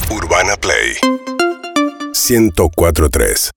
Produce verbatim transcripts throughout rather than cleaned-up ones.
Urbana Play ciento cuatro punto tres.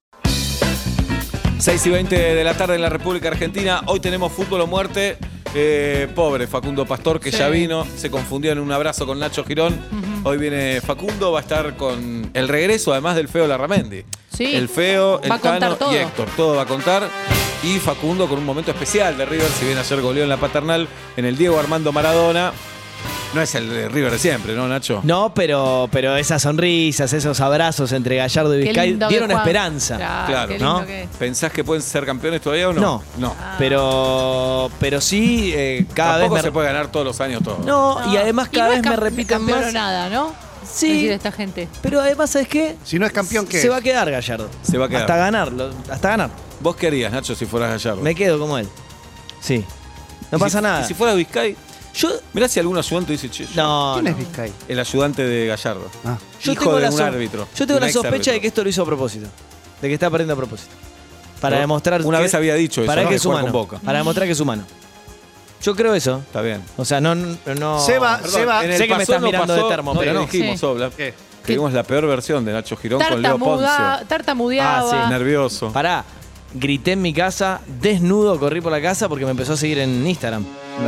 seis y veinte de la tarde en la República Argentina. Hoy tenemos fútbol o muerte. Eh, pobre Facundo Pastor, que sí. ya vino. Se confundió en un abrazo con Nacho Girón. Uh-huh. Hoy viene Facundo. Va a estar con el regreso, además del Feo Larramendi. Sí. El Feo, va el Tano y Héctor. Todo va a contar. Y Facundo con un momento especial de River. Si bien ayer goleó en la Paternal en el Diego Armando Maradona. No es el de River de siempre, ¿no, Nacho? No, pero, pero esas sonrisas, esos abrazos entre Gallardo y Vizcay dieron esperanza. Claro, claro. qué lindo ¿no? que es. ¿Pensás que pueden ser campeones todavía o no? No. No. Ah. Pero, pero sí, eh, cada Tampoco vez se me... puede ganar todos los años todo. No, no. Y además cada y vez no me camp- repiten más. nada, ¿no? Sí. Decir esta gente. Pero además, ¿sabes qué? Si no es campeón, ¿qué? Se va a quedar Gallardo. Se va a quedar. Hasta ganarlo, hasta ganar. ¿Vos qué harías, Nacho, si fueras Gallardo? Me quedo como él. Sí. No ¿Y pasa si, nada. ¿Y si fuera Vizcay? Yo... Mirá si algún ayudante dice, che, yo- No, ¿Quién no. es Vizcay? el ayudante de Gallardo. Ah. Yo Hijo tengo de la un so- árbitro. Yo tengo un la ex sospecha árbitro. de que esto lo hizo a propósito. De que está perdiendo a propósito. Para ¿No? demostrar Una que- vez había dicho eso, para ¿no? que De es jugar humano. con Boca. Para demostrar que es humano. Yo creo eso. Está bien. O sea, no... no Seba, Perdón, Seba, en el sé que me pasó estás no mirando pasó, de termo, no, pero le no. dijimos, Sí. Obla. ¿Qué? Que vimos la peor versión de Nacho Girón con Leo Tartamuda, Poncio. tartamudeaba. Ah, sí, Nervioso. Pará, grité en mi casa, desnudo, corrí por la casa porque me empezó a seguir en Instagram.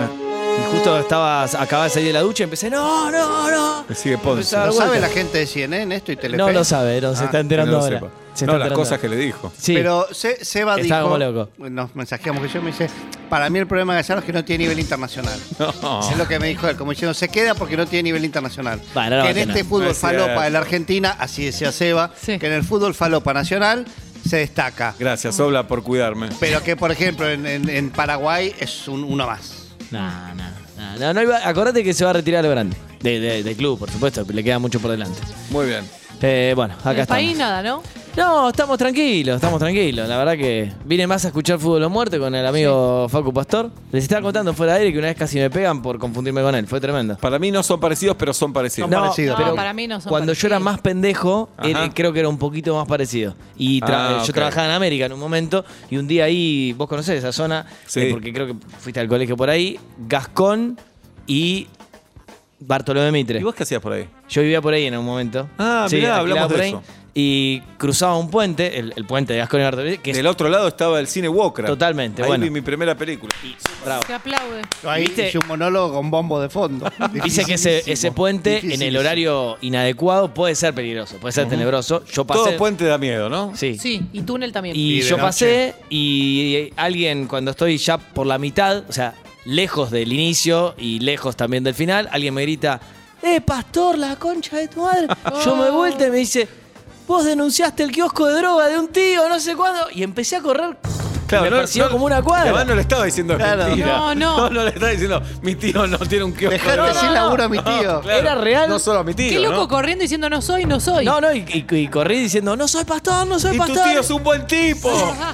Y justo estaba, acababa de salir de la ducha y empecé, no, no, no. Me sigue Poncio. Empezaba- ¿Lo vuelta. sabe la gente de C N N esto y Telefe? No lo sabe, no, se Ah, está Que enterando no lo ahora. sepa. Se No, está las enterando. cosas que le dijo. Sí. Pero Se- Seba Estaba dijo... como loco. Nos mensajeamos que yo me dice, para mí el problema de Gallardo es que no tiene nivel internacional. No. Es lo que me dijo él, como diciendo, se queda porque no tiene nivel internacional. Bueno, no que va en a tener. este fútbol No es falopa cierto. de la Argentina, así decía Seba, Sí. que en el fútbol falopa nacional se destaca. Gracias, Obla, por cuidarme. Pero que, por ejemplo, en, en- en Paraguay es un, uno más. No, no, no, no, no iba- acordate que se va a retirar a lo grande. De, de- del club, por supuesto, le queda mucho por delante. Muy bien. Eh, bueno, En acá el país estamos. nada, ¿no? No, estamos tranquilos, estamos tranquilos. La verdad que vine más a escuchar Fútbol o Muerte con el amigo Facu Pastor. Les estaba contando fuera de aire que una vez casi me pegan por confundirme con él. Fue tremendo. Para mí no son parecidos, pero son parecidos. Son parecidos. No, pero para mí no son cuando yo era parecidos. más pendejo, Ajá. él- creo que era un poquito más parecido. Y tra- Ah, yo ok. trabajaba en América en un momento y un día ahí, vos conocés esa zona, Sí. eh, porque creo que fuiste al colegio por ahí, Gascón y Bartolomé Mitre. ¿Y vos qué hacías por ahí? Yo vivía por ahí en un momento. Ah, mirá, alquilaba hablamos por de ahí, eso. Y cruzaba un puente, el, el puente de Gascón y Bartolomé, que es Del otro lado estaba el cine Walker. Totalmente, Ahí bueno. vi mi primera película. bravo. Se aplaude. Yo ahí ¿Viste? hice un monólogo con bombo de fondo. Dice que ese, ese puente en el Dificilísimo. horario inadecuado puede ser peligroso, puede ser tenebroso. Yo pasé. Todo puente da miedo, ¿no? Sí. Sí, y túnel también. Y Y de yo noche. pasé y alguien cuando estoy ya por la mitad, o sea, lejos del inicio y lejos también del final, alguien me grita, ¡eh, pastor, la concha de tu madre! Yo me doy vuelta y me dice, vos denunciaste el kiosco de droga de un tío, no sé cuándo. Y empecé a correr. me persiguió como una cuadra. Además no le estaba diciendo Claro. mentira. No, no. No, no le estaba diciendo, mi tío no tiene un kiosco. Dejate de- sin laburo a mi tío. Claro, Era real. No solo a mi tío, Qué loco ¿no? corriendo diciendo no soy, no soy. No, no, y, y- y corrí diciendo, no soy pastor, no soy Y tu pastor. tío es un buen tipo.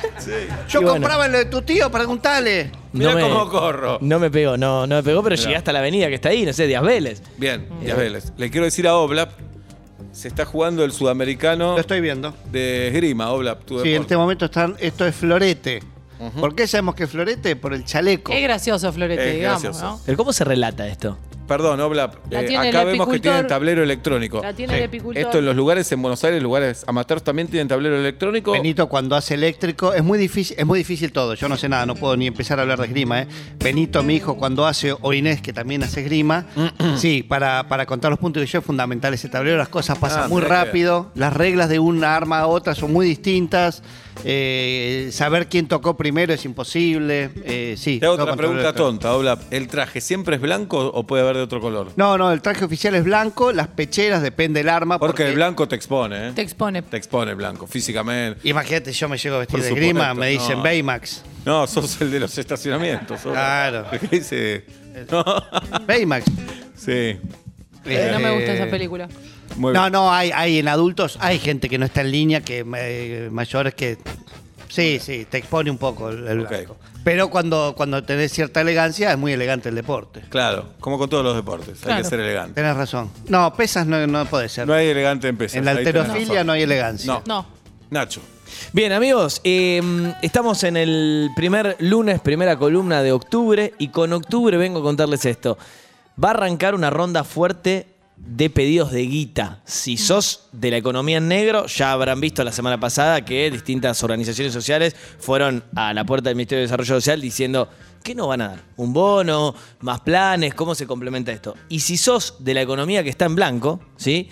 Yo Y bueno. compraba lo de tu tío, preguntale. Mirá No me- cómo corro. No me pegó, no, no me pegó, pero Mirá. llegué hasta la avenida que está ahí, no sé, Díaz Vélez. Bien, Díaz Vélez. Le quiero decir a Oblap, se está jugando el sudamericano Lo estoy viendo. de esgrima, Oblap, tu Sí, en deporte. este momento están, esto es florete. ¿Por qué sabemos que es florete? Por el chaleco. Es gracioso, Florete, Es digamos, gracioso. ¿no? Pero ¿cómo se relata esto? Perdón, Oblap. La eh, tiene acá el vemos que apicultor. tienen tablero electrónico. La tiene el apicultor. Esto en los lugares en Buenos Aires, lugares amateurs también tienen tablero electrónico. Benito cuando hace eléctrico, es muy difícil, es muy difícil todo. Yo no sé nada, no puedo ni empezar a hablar de esgrima, ¿eh? Benito, mi hijo, cuando hace, o Inés, que también hace esgrima, sí, para, para contar los puntos de yo es fundamental ese tablero, las cosas pasan Ah, muy mirá que- rápido, las reglas de una arma a otra son muy distintas, eh, saber quién tocó primero es imposible, eh, sí. Te hago todo otra con pregunta tablero. tonta, Oblap. ¿El traje siempre es blanco o puede haber de otro color? No, no, el traje oficial es blanco, las pecheras depende del arma. Porque, el blanco te expone, ¿eh? Te expone. Te expone el blanco, físicamente. Imagínate, yo me llego a vestir Por de esgrima, supuesto, me dicen no. Baymax. No, sos el de los estacionamientos. Oblap. Claro. ¿Qué dice? No. Baymax. Sí. Eh, no me gusta Eh, esa película. Muy No, bien. no, hay, hay en adultos, hay gente que no está en línea, que eh, mayores que. Sí, sí, te expone un poco el, el Ok. blanco. Pero cuando, cuando tenés cierta elegancia, es muy elegante el deporte. Claro, como con todos los deportes. Hay Claro. que ser elegante. Tenés razón. No, pesas no, no puede ser. No hay elegante en pesas. en la ahí tenés halterofilia razón. no hay elegancia. No. No. Nacho. Bien, amigos, eh, estamos en el primer lunes, primera columna de octubre, y con octubre vengo a contarles esto. Va a arrancar una ronda fuerte de pedidos de guita. Si sos de la economía en negro, ya habrán visto la semana pasada que distintas organizaciones sociales fueron a la puerta del Ministerio de Desarrollo Social diciendo ¿qué nos van a dar? ¿Un bono? ¿Más planes? ¿Cómo se complementa esto? Y si sos de la economía que está en blanco, ¿sí?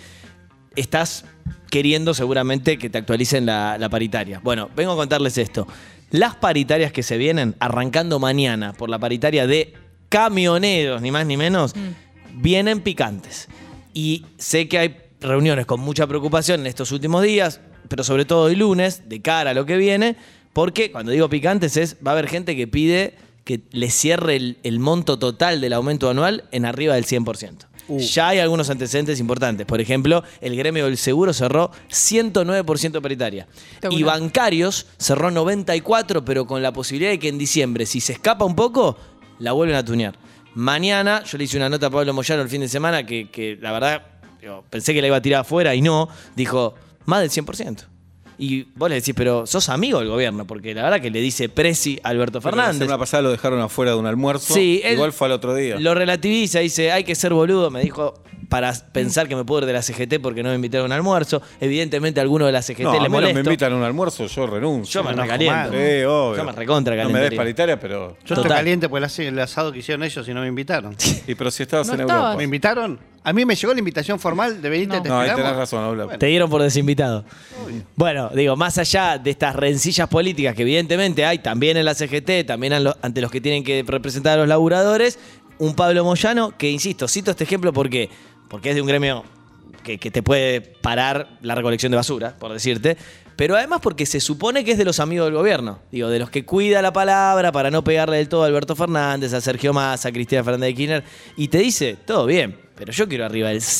Estás queriendo seguramente que te actualicen la, la paritaria. Bueno, vengo a contarles esto. Las paritarias que se vienen, arrancando mañana por la paritaria de camioneros, ni más ni menos, mm. vienen picantes. Y sé que hay reuniones con mucha preocupación en estos últimos días, pero sobre todo hoy lunes, de cara a lo que viene, porque cuando digo picantes es, va a haber gente que pide que le cierre el, el monto total del aumento anual en arriba del cien por ciento. Uh. Ya hay algunos antecedentes importantes. Por ejemplo, el gremio del seguro cerró ciento nueve por ciento paritaria. Y bancarios cerró noventa y cuatro por ciento, pero con la posibilidad de que en diciembre, si se escapa un poco, la vuelven a tunear. Mañana, yo le hice una nota a Pablo Moyano el fin de semana que, que la verdad, yo pensé que la iba a tirar afuera y no. Dijo, más del cien por ciento. Y vos le decís, pero sos amigo del gobierno, porque la verdad que le dice presi a Alberto Pero Fernández. La semana pasada lo dejaron afuera de un almuerzo. Sí, igual fue al otro día. Lo relativiza, dice, hay que ser boludo, me dijo, para pensar que me puedo ir de la C G T porque no me invitaron a un almuerzo. Evidentemente a alguno de la C G T no, le a mí molesto. no me invitan a un almuerzo, yo renuncio. Yo me no, recaliento. Sí, obvio. Yo me recontra No calientaría. me des paritaria, pero... Yo Total. estoy caliente por el as- el asado que hicieron ellos y no me invitaron. Y pero si estabas No en estabas. Europa. ¿Me invitaron? A mí me llegó la invitación formal de venirte, No. te No, ahí esperamos. tenés razón, habla. Te dieron por desinvitado. Bueno, digo, más allá de estas rencillas políticas que evidentemente hay también en la C G T, también en lo- ante los que tienen que representar a los laburadores, un Pablo Moyano que, insisto, cito este ejemplo porque, porque es de un gremio que, que te puede parar la recolección de basura, por decirte, pero además porque se supone que es de los amigos del gobierno, digo, de los que cuida la palabra para no pegarle del todo a Alberto Fernández, a Sergio Massa, a Cristina Fernández de Kirchner, y te dice, todo bien, pero yo quiero arriba del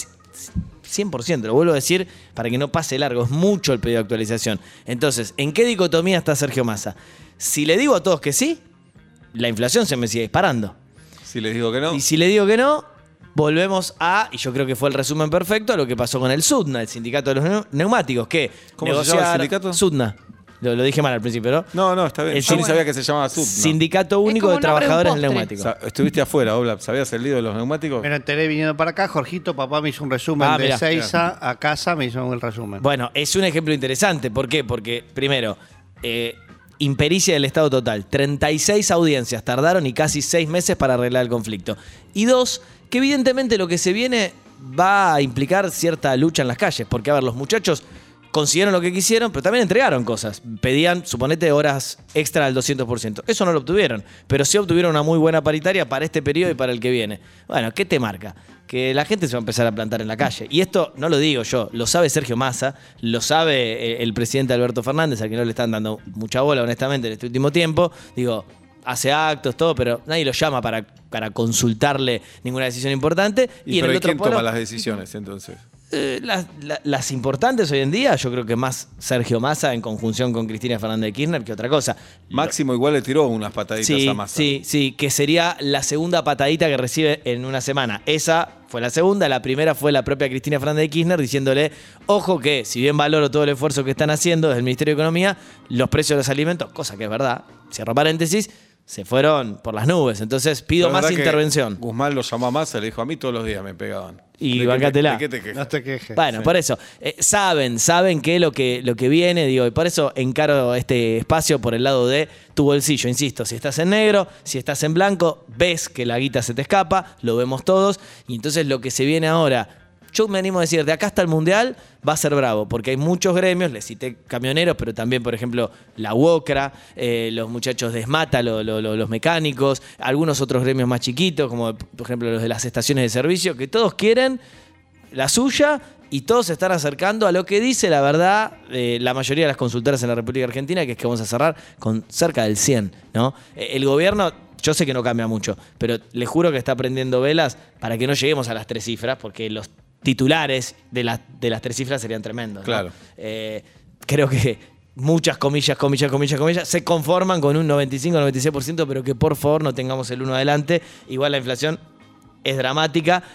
cien por ciento, lo vuelvo a decir para que no pase largo, es mucho el pedido de actualización. Entonces, ¿en qué dicotomía está Sergio Massa? Si le digo a todos que sí, la inflación se me sigue disparando. Si les digo que no. Y si le digo que no, volvemos a, y yo creo que fue el resumen perfecto, a lo que pasó con el SUDNA, el sindicato de los neu- neumáticos, que ¿Cómo se llama el sindicato? SUDNA. Lo, lo dije mal al principio, ¿no? No, no, está bien. El Yo ni sin- sabía que se llamaba SUD. ¿no? Sindicato Único como de nombre de un Trabajadores del postre. Neumático. O sea, estuviste afuera, Oblap. ¿Sabías el lío de los neumáticos? Me lo enteré viniendo para acá. Jorgito, papá, me hizo un resumen Ah, de mirá. Seiza a casa, me hizo un resumen. Bueno, es un ejemplo interesante. ¿Por qué? Porque, primero, eh, impericia del Estado total. treinta y seis audiencias tardaron y casi seis meses para arreglar el conflicto. Y dos, que evidentemente lo que se viene va a implicar cierta lucha en las calles. Porque, a ver, los muchachos consiguieron lo que quisieron, pero también entregaron cosas. Pedían, suponete, horas extra al doscientos por ciento. Eso no lo obtuvieron, pero sí obtuvieron una muy buena paritaria para este periodo y para el que viene. Bueno, ¿qué te marca? Que la gente se va a empezar a plantar en la calle. Y esto no lo digo yo, lo sabe Sergio Massa, lo sabe eh, el presidente Alberto Fernández, al que no le están dando mucha bola, honestamente, en este último tiempo. Digo, hace actos, todo, pero nadie lo llama para, para consultarle ninguna decisión importante. ¿Y, en pero el ¿y otro quién polo, toma las decisiones entonces? eh, las, la- las importantes hoy en día, yo creo que más Sergio Massa en conjunción con Cristina Fernández de Kirchner que otra cosa. Máximo igual le tiró unas pataditas Sí, a Massa. sí, sí, que sería la segunda patadita que recibe en una semana. Esa fue la segunda, la primera fue la propia Cristina Fernández de Kirchner diciéndole, ojo que, si bien valoro todo el esfuerzo que están haciendo desde el Ministerio de Economía, los precios de los alimentos, cosa que es verdad, cierro paréntesis, se fueron por las nubes. Entonces pido Pero más verdad que intervención. Guzmán lo llamó a Massa, le dijo, a mí todos los días me pegaban. Y ¿De qué te- bancátela. ¿De qué te quejas? No te quejes. Bueno, por eso, eh, saben, saben que lo que lo que viene, digo, y por eso encaro este espacio por el lado de tu bolsillo, insisto, si estás en negro, si estás en blanco, ves que la guita se te escapa, lo vemos todos, y entonces lo que se viene ahora, yo me animo a decir, de acá hasta el Mundial va a ser bravo, porque hay muchos gremios, les cité camioneros, pero también, por ejemplo, la UOCRA, eh, los muchachos de Esmata, lo- lo- lo- los mecánicos, algunos otros gremios más chiquitos, como por ejemplo los de las estaciones de servicio, que todos quieren la suya y todos se están acercando a lo que dice la verdad eh, la mayoría de las consultoras en la República Argentina, que es que vamos a cerrar con cerca del cien, ¿no? Eh, El gobierno, yo sé que no cambia mucho, pero le juro que está prendiendo velas para que no lleguemos a las tres cifras, porque los titulares de, las de las tres cifras serían tremendos, ¿no? Claro. Eh, creo que muchas comillas, comillas, comillas, comillas, se conforman con un noventa y cinco, noventa y seis por ciento, pero que por favor no tengamos el uno adelante. Igual la inflación es dramática.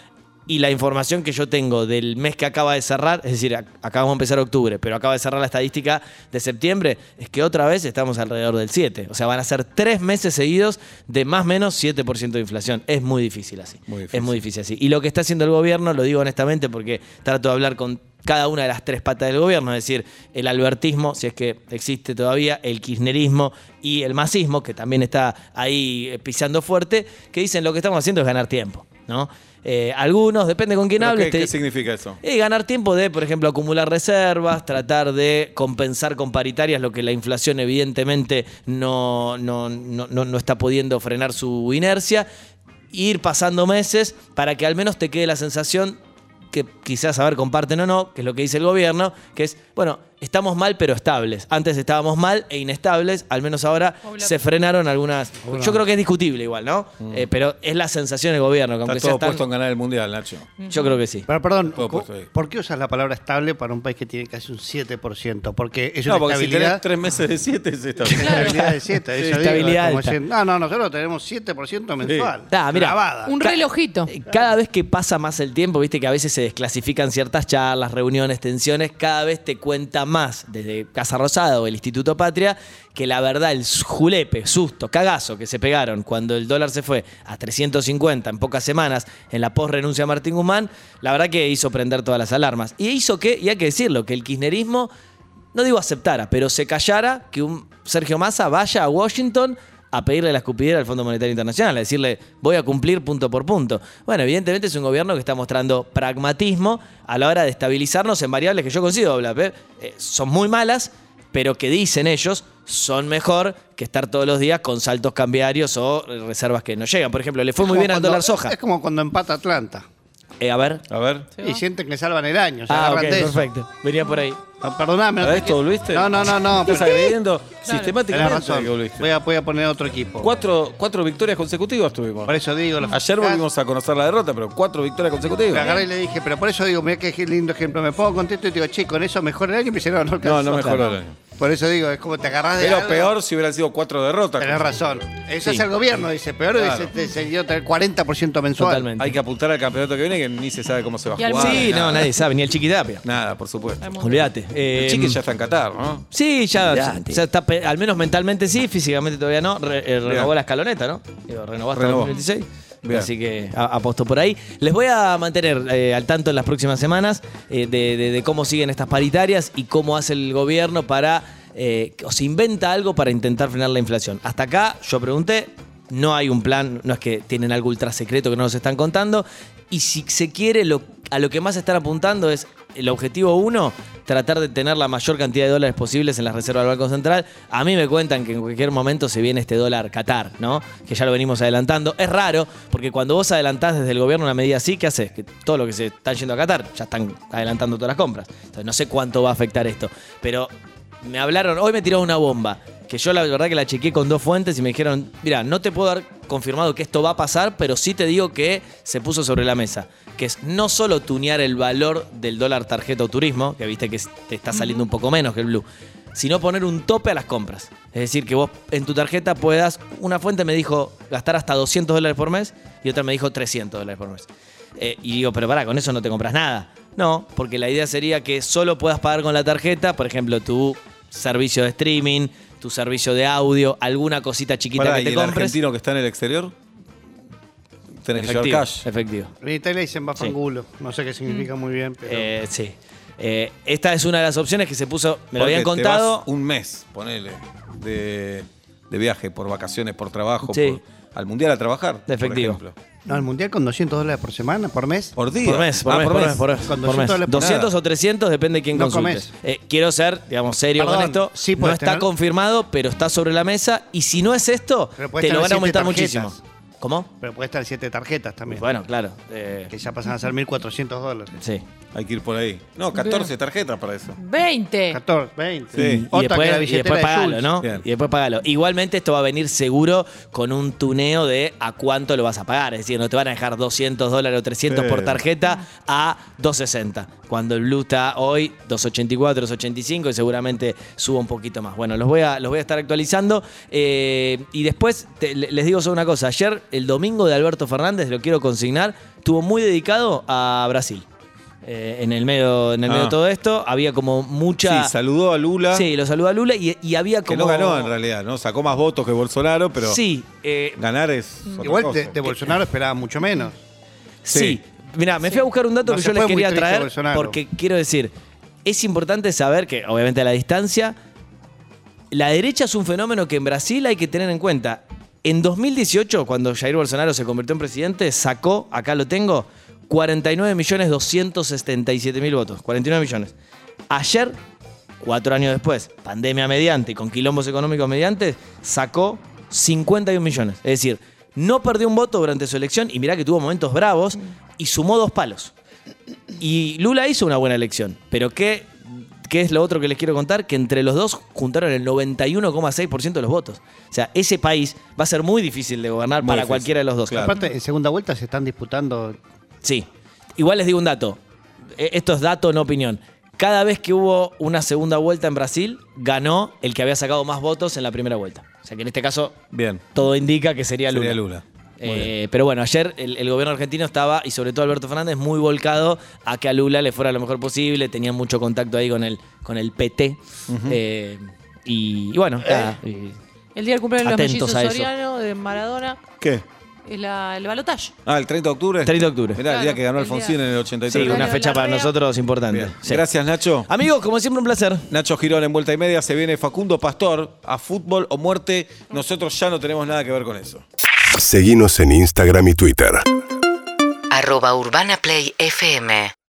Y la información que yo tengo del mes que acaba de cerrar, es decir, ac- acabamos de empezar octubre, pero acaba de cerrar la estadística de septiembre, es que otra vez estamos alrededor del siete. O sea, van a ser tres meses seguidos de más o menos siete por ciento de inflación. Es muy difícil así. Muy difícil. Es muy difícil así. Y lo que está haciendo el gobierno, lo digo honestamente porque trato de hablar con cada una de las tres patas del gobierno, es decir, el albertismo, si es que existe todavía, el kirchnerismo y el masismo, que también está ahí eh, pisando fuerte, que dicen lo que estamos haciendo es ganar tiempo, ¿no? Eh, algunos, depende con quién ¿Pero hables. ¿Qué, te- qué significa eso? y ganar tiempo de, por ejemplo, acumular reservas, tratar de compensar con paritarias lo que la inflación evidentemente no, no, no, no, no está pudiendo frenar su inercia, ir pasando meses para que al menos te quede la sensación que quizás, a ver, comparten o no, que es lo que dice el gobierno, que es, bueno, estamos mal pero estables. Antes estábamos mal e inestables, al menos ahora Obvio. se frenaron algunas. Yo creo que es discutible igual, ¿no? Eh, pero es la sensación del gobierno, que Está aunque todo sea tan- puesto en ganar el mundial, Nacho. Yo creo que sí. Pero perdón, Todo co- puesto ahí. ¿por qué usas la palabra estable para un país que tiene casi un siete por ciento? Porque es una No, porque si tenés estabilidad. tres meses de siete, es esta. Estabilidad de siete, eso digo, estabilidad es como alta. decir, no, no, nosotros tenemos siete por ciento mensual. Ah, mira. Clavada. Un relojito. Eh, Cada vez que pasa más el tiempo, viste que a veces se desclasifican ciertas charlas, reuniones, tensiones, cada vez te cuenta más desde Casa Rosada o el Instituto Patria que la verdad, el julepe, susto, cagazo que se pegaron cuando el dólar se fue a trescientos cincuenta en pocas semanas en la post-renuncia a Martín Guzmán, la verdad que hizo prender todas las alarmas. Y hizo que, y hay que decirlo, que el kirchnerismo, no digo aceptara, pero se callara que un Sergio Massa vaya a Washington a pedirle la escupidera al Fondo Monetario Internacional, a decirle voy a cumplir punto por punto. Bueno, evidentemente es un gobierno que está mostrando pragmatismo a la hora de estabilizarnos en variables que yo consigo, Blas, ¿eh? Eh, son muy malas, pero que dicen ellos son mejor que estar todos los días con saltos cambiarios o reservas que no llegan. Por ejemplo, le fue Es muy como bien al cuando- dólar soja. Es como cuando empata Atlanta. Eh, a ver. A ver. ¿Se Y va? sienten que salvan el año. Se Ah, ok, agarran de eso. perfecto. Venía por ahí. Ah, Perdóname. ¿A no te esto quiero- volviste? No, no, no, no. Estás pero- agrediendo Tenés sistemáticamente razón. que volviste. Voy a, voy a poner otro equipo. Cuatro, cuatro victorias consecutivas tuvimos. Por eso digo. los- Ayer volvimos a conocer la derrota, pero cuatro victorias Me consecutivas. agarré y le dije, pero por eso digo, mira qué lindo ejemplo. Me pongo contento y digo, che, con eso mejora el año. Y me dice, no, no, No, alcanzó. no mejoró Claro. el año. Por eso digo, es como te agarrás de Pero algo. peor si hubieran sido cuatro derrotas. Tenés razón. Eso Sí. es el gobierno, dice. Peor Claro. dice, te se dio el cuarenta por ciento mensual. Totalmente. Hay que apuntar al campeonato que viene que ni se sabe cómo se va Y a al jugar. Sí, no, nada. nadie sabe, ni el Chiquitapia. Nada, por supuesto. Olvídate. Eh, El Chiqui ya está en Qatar, ¿no? Sí, ya, Olvídate. ya está, pe- al menos mentalmente sí, físicamente todavía no. Re- eh, renovó Bien. la escaloneta, ¿no? Digo, renovó hasta Renovó. dos mil veintiséis. Bien. Así que a- aposto por ahí. Les voy a mantener eh, al tanto en las próximas semanas eh, de, de- de cómo siguen estas paritarias y cómo hace el gobierno para, eh, o se inventa algo para intentar frenar la inflación. Hasta acá yo pregunté, no hay un plan, no es que tienen algo ultra secreto que no nos están contando. Y si se quiere, lo, a lo que más están apuntando es el objetivo uno, tratar de tener la mayor cantidad de dólares posibles en las reservas del Banco Central. A mí me cuentan que en cualquier momento se viene este dólar Qatar, ¿no? Que ya lo venimos adelantando. Es raro, porque cuando vos adelantás desde el gobierno una medida así, ¿qué haces? Que todo lo que se están yendo a Qatar, ya están adelantando todas las compras. Entonces no sé cuánto va a afectar esto. Pero me hablaron, hoy me tiraron una bomba, que yo la verdad que la chequeé con dos fuentes y me dijeron, mira, no te puedo dar confirmado que esto va a pasar, pero sí te digo que se puso sobre la mesa, que es no solo tunear el valor del dólar tarjeta o turismo, que viste que te está saliendo un poco menos que el blue, sino poner un tope a las compras. Es decir, que vos en tu tarjeta puedas, una fuente me dijo gastar hasta doscientos dólares por mes y otra me dijo trescientos dólares por mes. Eh, y digo, pero pará, con eso no te compras nada. No, porque la idea sería que solo puedas pagar con la tarjeta, por ejemplo, tu servicio de streaming, tu servicio de audio, alguna cosita chiquita Pará, que ¿y te el compres. argentino que está en el exterior? Tenés que llevar Efectivo, cash. efectivo. En Italia dicen bafangulo. No sé qué significa muy bien, pero. Eh, sí. Eh, esta es una de las opciones que se puso, me lo Porque habían te contado. vas un mes, ponele, de, de viaje, por vacaciones, por trabajo, Sí. por- al mundial a trabajar. Efectivo. Por ejemplo. No, el mundial con doscientos dólares por semana, por mes. Por día. Por mes, por, Ah, mes, por mes, por mes, Con por mes. doscientos dólares por doscientos nada. o trescientos, depende de quién No consulte. comes. Eh, quiero ser, digamos, serio Perdón, con esto. sí no puedes está tener- confirmado, pero está sobre la mesa. Y si no es esto, Pero puedes te lo tener van a aumentar siete tarjetas. muchísimo. ¿Cómo? Pero puede estar siete tarjetas también. Bueno, claro. eh, Que ya pasan a ser mil cuatrocientos dólares. sí. Hay que ir por ahí. No, catorce tarjetas para eso. veinte. catorce, veinte. Sí. Y Otra después, que la y billetera después de pagalo, Schultz. ¿no? Bien. Y después pagalo. Igualmente esto va a venir seguro con un tuneo de a cuánto lo vas a pagar. Es decir, no te van a dejar doscientos dólares o trescientos Sí. por tarjeta a doscientos sesenta. Cuando el blue está hoy doscientos ochenta y cuatro, doscientos ochenta y cinco y seguramente suba un poquito más. Bueno, los voy a, los voy a estar actualizando. Eh, y después te- le- les digo solo una cosa. Ayer el domingo de Alberto Fernández, lo quiero consignar, estuvo muy dedicado a Brasil. Eh, en el medio, en el medio Ah. de todo esto, había como mucha... Sí, saludó a Lula. Sí, lo saludó a Lula y, y había Que como... no ganó en realidad, ¿no? Sacó más votos que Bolsonaro, pero Sí, eh, ganar es otra Igual cosa. de, de Bolsonaro esperaba mucho menos. sí. Sí. Mirá, me fui a buscar un dato No que se yo les fue muy quería triste traer Bolsonaro. porque quiero decir, es importante saber que, obviamente a la distancia, la derecha es un fenómeno que en Brasil hay que tener en cuenta. En dos mil dieciocho, cuando Jair Bolsonaro se convirtió en presidente, sacó, acá lo tengo, cuarenta y nueve millones doscientos setenta y siete mil votos. cuarenta y nueve millones. Ayer, cuatro años después, pandemia mediante y con quilombos económicos mediante, sacó cincuenta y un millones. Es decir, no perdió un voto durante su elección y mirá que tuvo momentos bravos y sumó dos palos. Y Lula hizo una buena elección, pero ¿qué, qué es lo otro que les quiero contar? Que entre los dos juntaron el noventa y uno coma seis por ciento de los votos. O sea, ese país va a ser muy difícil de gobernar Muy para difícil, cualquiera de los dos. claro. Aparte, en segunda vuelta se están disputando. Sí. Igual les digo un dato. E- Esto es dato, no opinión. Cada vez que hubo una segunda vuelta en Brasil, ganó el que había sacado más votos en la primera vuelta. O sea que en este caso, Bien. todo indica que sería Lula. Sería Lula. Muy Eh, pero bueno, ayer el, el gobierno argentino estaba, y sobre todo Alberto Fernández, muy volcado a que a Lula le fuera lo mejor posible. Tenían mucho contacto ahí con el, con el P T. Eh, y, y bueno, nada, y- El día del cumpleaños de los Atentos mellizos a eso. Soriano, de Maradona, ¿Qué? es la, el balotaje. Ah, el treinta de octubre. treinta de octubre. Mirá, el día Claro, que ganó el día- Alfonsín en el ochenta y Sí, tres. una Larrea. fecha para nosotros importante. Bien. Sí. Gracias, Nacho. Amigos, como siempre, un placer. Nacho Girón en Vuelta y Media. Se viene Facundo Pastor a Fútbol o Muerte. Nosotros ya no tenemos nada que ver con eso. Seguinos en Instagram y Twitter. Arroba Urbana Play F M.